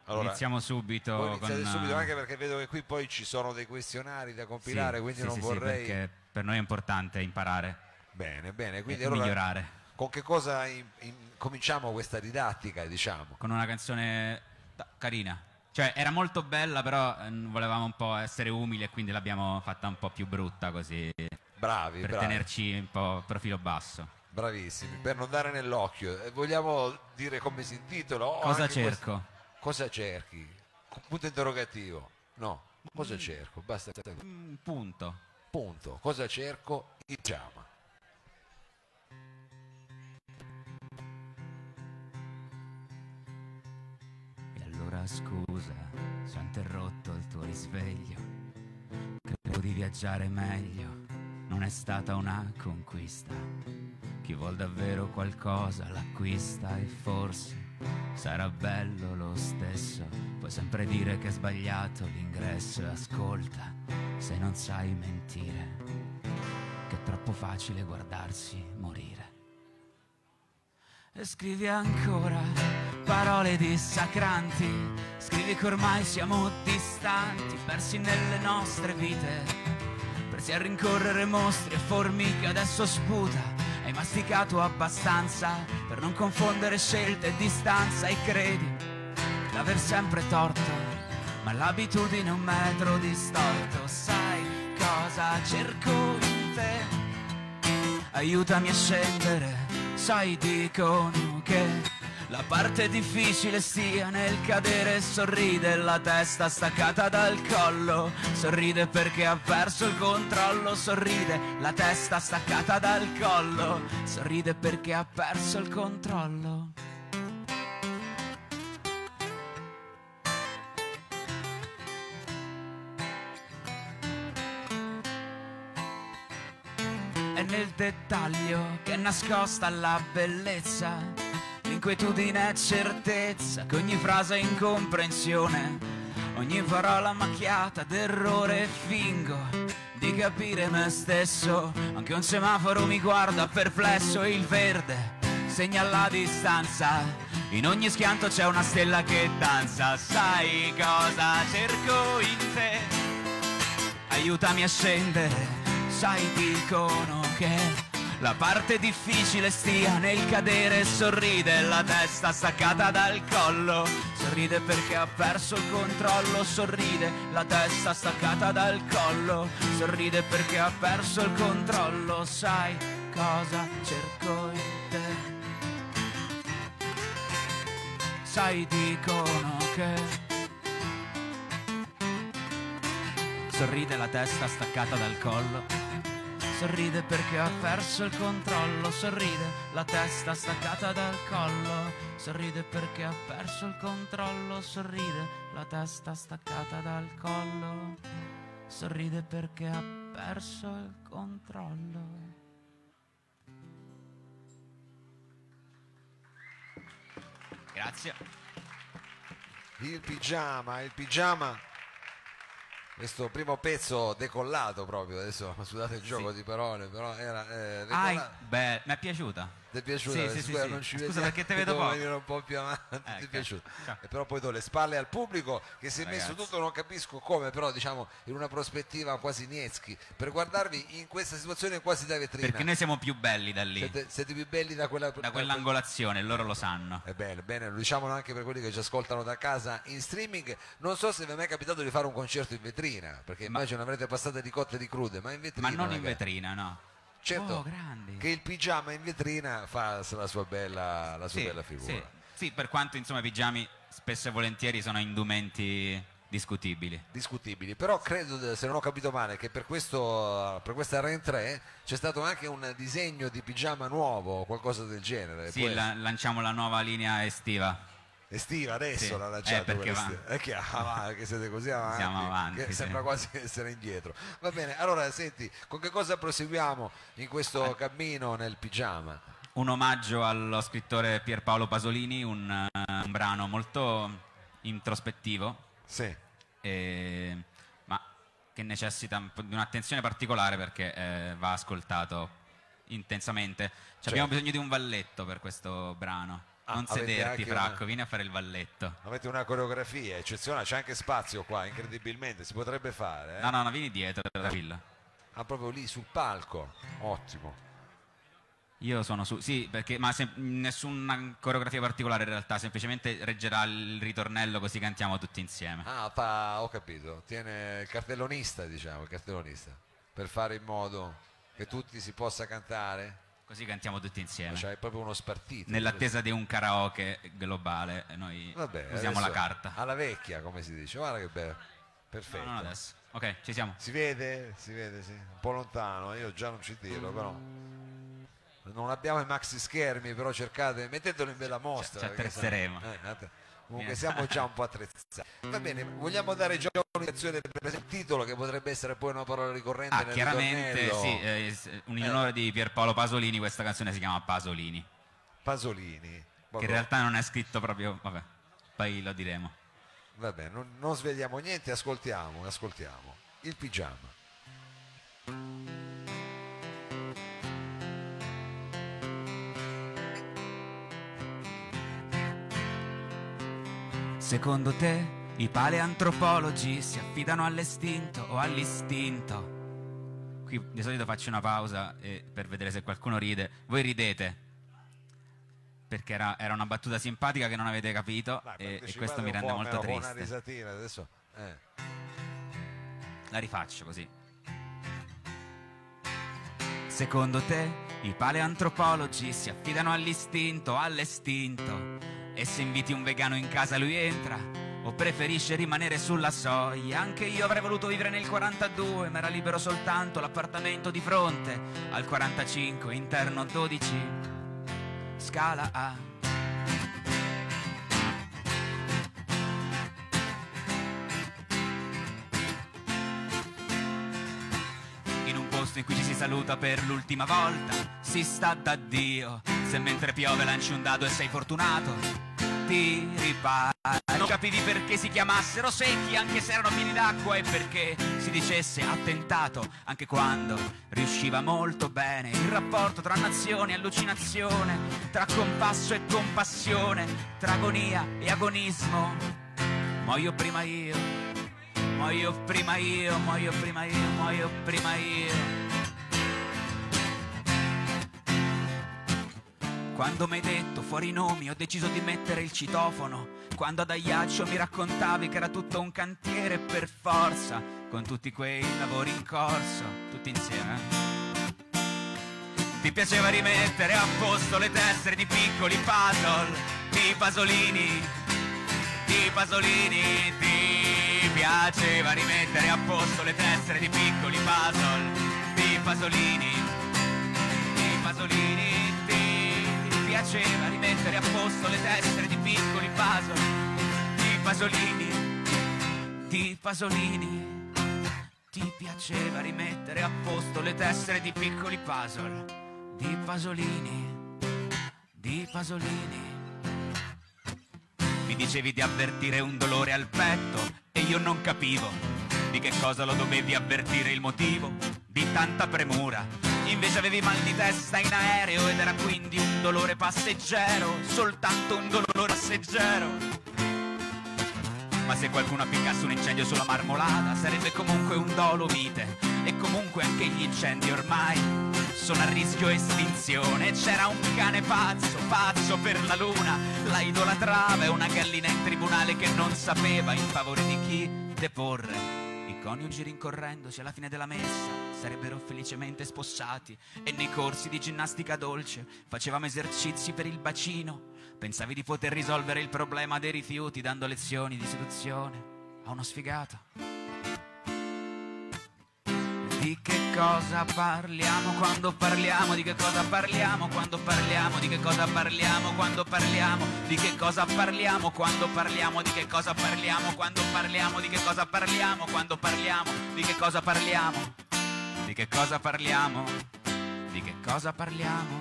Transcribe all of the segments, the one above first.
Allora, iniziamo subito voi iniziate con... subito, anche perché vedo che qui poi ci sono dei questionari da compilare, sì, quindi sì, non sì, sì, vorrei... perché per noi è importante imparare Bene, bene, quindi e allora migliorare. con che cosa cominciamo questa didattica, diciamo? Con una canzone carina. Cioè, era molto bella, però volevamo un po' essere umili e quindi l'abbiamo fatta un po' più brutta così, Bravi, per bravi, tenerci un po' a profilo basso. bravissimi, per non dare nell'occhio. Vogliamo dire come si intitola? O Cosa anche cerco? cosa cerchi? Punto interrogativo? No, cosa cerco? Basta. Punto. Punto. Cosa cerco? Il pigiama. E allora scusa se ho interrotto il tuo risveglio. Credevo di viaggiare meglio, non è stata una conquista. Chi vuol davvero qualcosa l'acquista e forse sarà bello lo stesso. Puoi sempre dire che è sbagliato l'ingresso e ascolta, se non sai mentire, che è troppo facile guardarsi morire. E scrivi ancora parole dissacranti, scrivi che ormai siamo distanti, persi nelle nostre vite, persi a rincorrere mostri e formiche. Adesso sputa, hai masticato abbastanza per non confondere scelta e distanza, e credi d'aver sempre torto, ma l'abitudine è un metro distorto. Sai cosa cerco in te? Aiutami a scendere. Sai, dicono che la parte difficile stia nel cadere. Sorride, la testa staccata dal collo, sorride perché ha perso il controllo. Sorride, la testa staccata dal collo, sorride perché ha perso il controllo. È nel dettaglio che è nascosta la bellezza, l'inquietudine è certezza, che ogni frase è incomprensione, ogni parola macchiata d'errore. Fingo di capire me stesso, anche un semaforo mi guarda perplesso, e il verde segna la distanza, in ogni schianto c'è una stella che danza. Sai cosa cerco in te? Aiutami a scendere. Sai, dicono che la parte difficile stia nel cadere. Sorride, la testa staccata dal collo, sorride perché ha perso il controllo. Sorride, la testa staccata dal collo, sorride perché ha perso il controllo. Sai cosa cerco in te? Sai, dicono che sorride, la testa staccata dal collo, sorride perché ha perso il controllo. Sorride, la testa staccata dal collo, sorride perché ha perso il controllo. Sorride, la testa staccata dal collo, sorride perché ha perso il controllo. Grazie. Il pigiama. Questo primo pezzo decollato proprio, adesso scusate il gioco di parole, però era decollato. Beh, mi è piaciuta. Ti è piaciuta? Sì, sì, Scusa, sì, non ci scusa vediamo, perché te vedo devo poco. venire un po' più avanti. Ti è Ok. piaciuta? Ciao. E però poi do le spalle al pubblico che si è messo Ragazzi. tutto, non capisco come, però diciamo in una prospettiva quasi Nietzsche, per guardarvi in questa situazione quasi da vetrina. Perché noi siamo più belli da lì, Siete più belli da quell'angolazione, loro lo sanno. È bene, bene, lo diciamolo anche per quelli che ci ascoltano da casa in streaming. Non so se vi è mai capitato di fare un concerto in vetrina, perché immagino avrete passate di cotte e di crude, ma in vetrina. Ma non in magari. vetrina, no. Certo, Grandi. che il pigiama in vetrina fa la sua bella figura. Sì, sì, per quanto insomma i pigiami spesso e volentieri sono indumenti discutibili. Discutibili, però credo, se non ho capito male, che per questa Ren 3 c'è stato anche un disegno di pigiama nuovo o qualcosa del genere. Sì, lanciamo la nuova linea estiva. Estiva adesso Sì, l'ha lanciato perché che siete così avanti, siamo avanti, che sì. sembra quasi essere indietro. Va bene, allora senti, con che cosa proseguiamo in questo cammino nel pigiama? Un omaggio allo scrittore Pierpaolo Pasolini, un brano molto introspettivo, Sì. ma che necessita un po' di un'attenzione particolare perché va ascoltato intensamente. Abbiamo bisogno di un valletto per questo brano. Non sederti, Fracco, vieni a fare il valletto. Avete una coreografia eccezionale, c'è anche spazio qua, incredibilmente, si potrebbe fare. No, vieni dietro, tranquillo. Ah, proprio lì sul palco, ottimo. Io sono su, sì, perché, ma nessuna coreografia particolare in realtà, semplicemente reggerà il ritornello così cantiamo tutti insieme. Ah, ho capito, tiene il cartellonista, diciamo, il cartellonista, per fare in modo che tutti si possa cantare. Così cantiamo tutti insieme. C'è proprio uno spartito. Nell'attesa di un karaoke globale, noi usiamo la carta. Alla vecchia, come si dice, guarda che bello. Perfetto. No, adesso. Ok, ci siamo. Si vede, sì, un po' lontano, io già non ci tiro, però. Non abbiamo i maxi schermi, però cercate, mettetelo in bella mostra. Ci attrezzeremo. Comunque siamo già un po' attrezzati. Va bene, vogliamo dare già un'indicazione per il titolo che potrebbe essere poi una parola ricorrente nel chiaramente ritornello. Sì, in onore di Pierpaolo Pasolini questa canzone si chiama Pasolini. Pasolini. Che in realtà non è scritto proprio, vabbè, poi lo diremo. Vabbè, non svegliamo niente, ascoltiamo il pigiama. Secondo te i paleantropologi si affidano all'istinto o all'istinto? Qui di solito faccio una pausa per vedere se qualcuno ride. Voi ridete perché era una battuta simpatica che non avete capito. Dai, e questo mi rende molto triste. Una risatina adesso. La rifaccio così. Secondo te i paleantropologi si affidano all'istinto o all'estinto? E se inviti un vegano in casa lui entra? O preferisce rimanere sulla soglia? Anche io avrei voluto vivere nel 42, ma era libero soltanto l'appartamento di fronte al 45, interno 12, scala A. In un posto in cui ci si saluta per l'ultima volta, si sta d'addio. Se mentre piove lanci un dado e sei fortunato, ti ripari. Non capivi perché si chiamassero secchi anche se erano pieni d'acqua, e perché si dicesse attentato anche quando riusciva molto bene. Il rapporto tra nazioni e allucinazione, tra compasso e compassione, tra agonia e agonismo. Muoio prima io, muoio prima io, muoio prima io, muoio prima io. Quando mi hai detto fuori i nomi ho deciso di mettere il citofono. Quando ad Aiaccio mi raccontavi che era tutto un cantiere per forza, con tutti quei lavori in corso, tutti insieme. Ti piaceva rimettere a posto le tessere di piccoli puzzle, di Pasolini, di Pasolini. Ti piaceva rimettere a posto le tessere di piccoli puzzle, di Pasolini, di Pasolini. Ti piaceva rimettere a posto le tessere di piccoli puzzle, di Pasolini, di Pasolini. Ti piaceva rimettere a posto le tessere di piccoli puzzle, di Pasolini, di Pasolini. Mi dicevi di avvertire un dolore al petto e io non capivo di che cosa lo dovevi avvertire, il motivo di tanta premura. Invece avevi mal di testa in aereo ed era quindi un dolore passeggero, soltanto un dolore passeggero. Ma se qualcuno appiccasse un incendio sulla Marmolada sarebbe comunque un Dolomite, e comunque anche gli incendi ormai sono a rischio estinzione. C'era un cane pazzo, pazzo per la luna, la idolatrava, e una gallina in tribunale che non sapeva in favore di chi deporre. I coniugi rincorrendosi alla fine della messa sarebbero felicemente spossati, e nei corsi di ginnastica dolce facevamo esercizi per il bacino. Pensavi di poter risolvere il problema dei rifiuti dando lezioni di seduzione a uno sfigato. Di che cosa parliamo quando parliamo? Di che cosa parliamo quando parliamo? Di che cosa parliamo quando parliamo? Di che cosa parliamo quando parliamo? Di che cosa parliamo quando parliamo? Di che cosa parliamo quando parliamo? Di che cosa parliamo? Di che cosa parliamo? Di che cosa parliamo?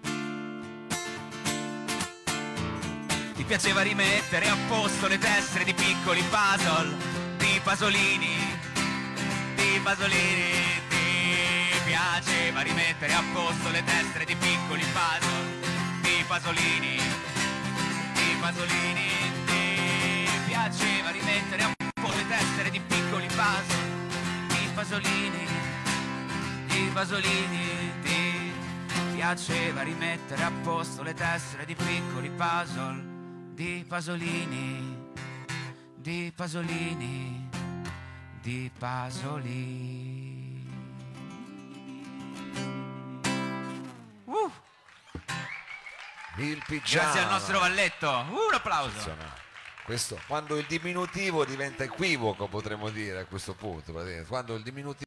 Ti piaceva rimettere a posto le tessere di piccoli puzzle, di Pasolini, di Pasolini. Ti piaceva rimettere a posto le tessere di piccoli puzzle, di Pasolini, Pasolini. Ti piaceva rimettere a posto le tessere di piccoli puzzle. Di Pasolini, di Pasolini. Ti piaceva rimettere a posto le tessere di piccoli puzzle. Di Pasolini, di Pasolini, di Pasolini. Il pigiama. Grazie al nostro Valletto. Un applauso. Questo, quando il diminutivo diventa equivoco, potremmo dire a questo punto, quando il diminutivo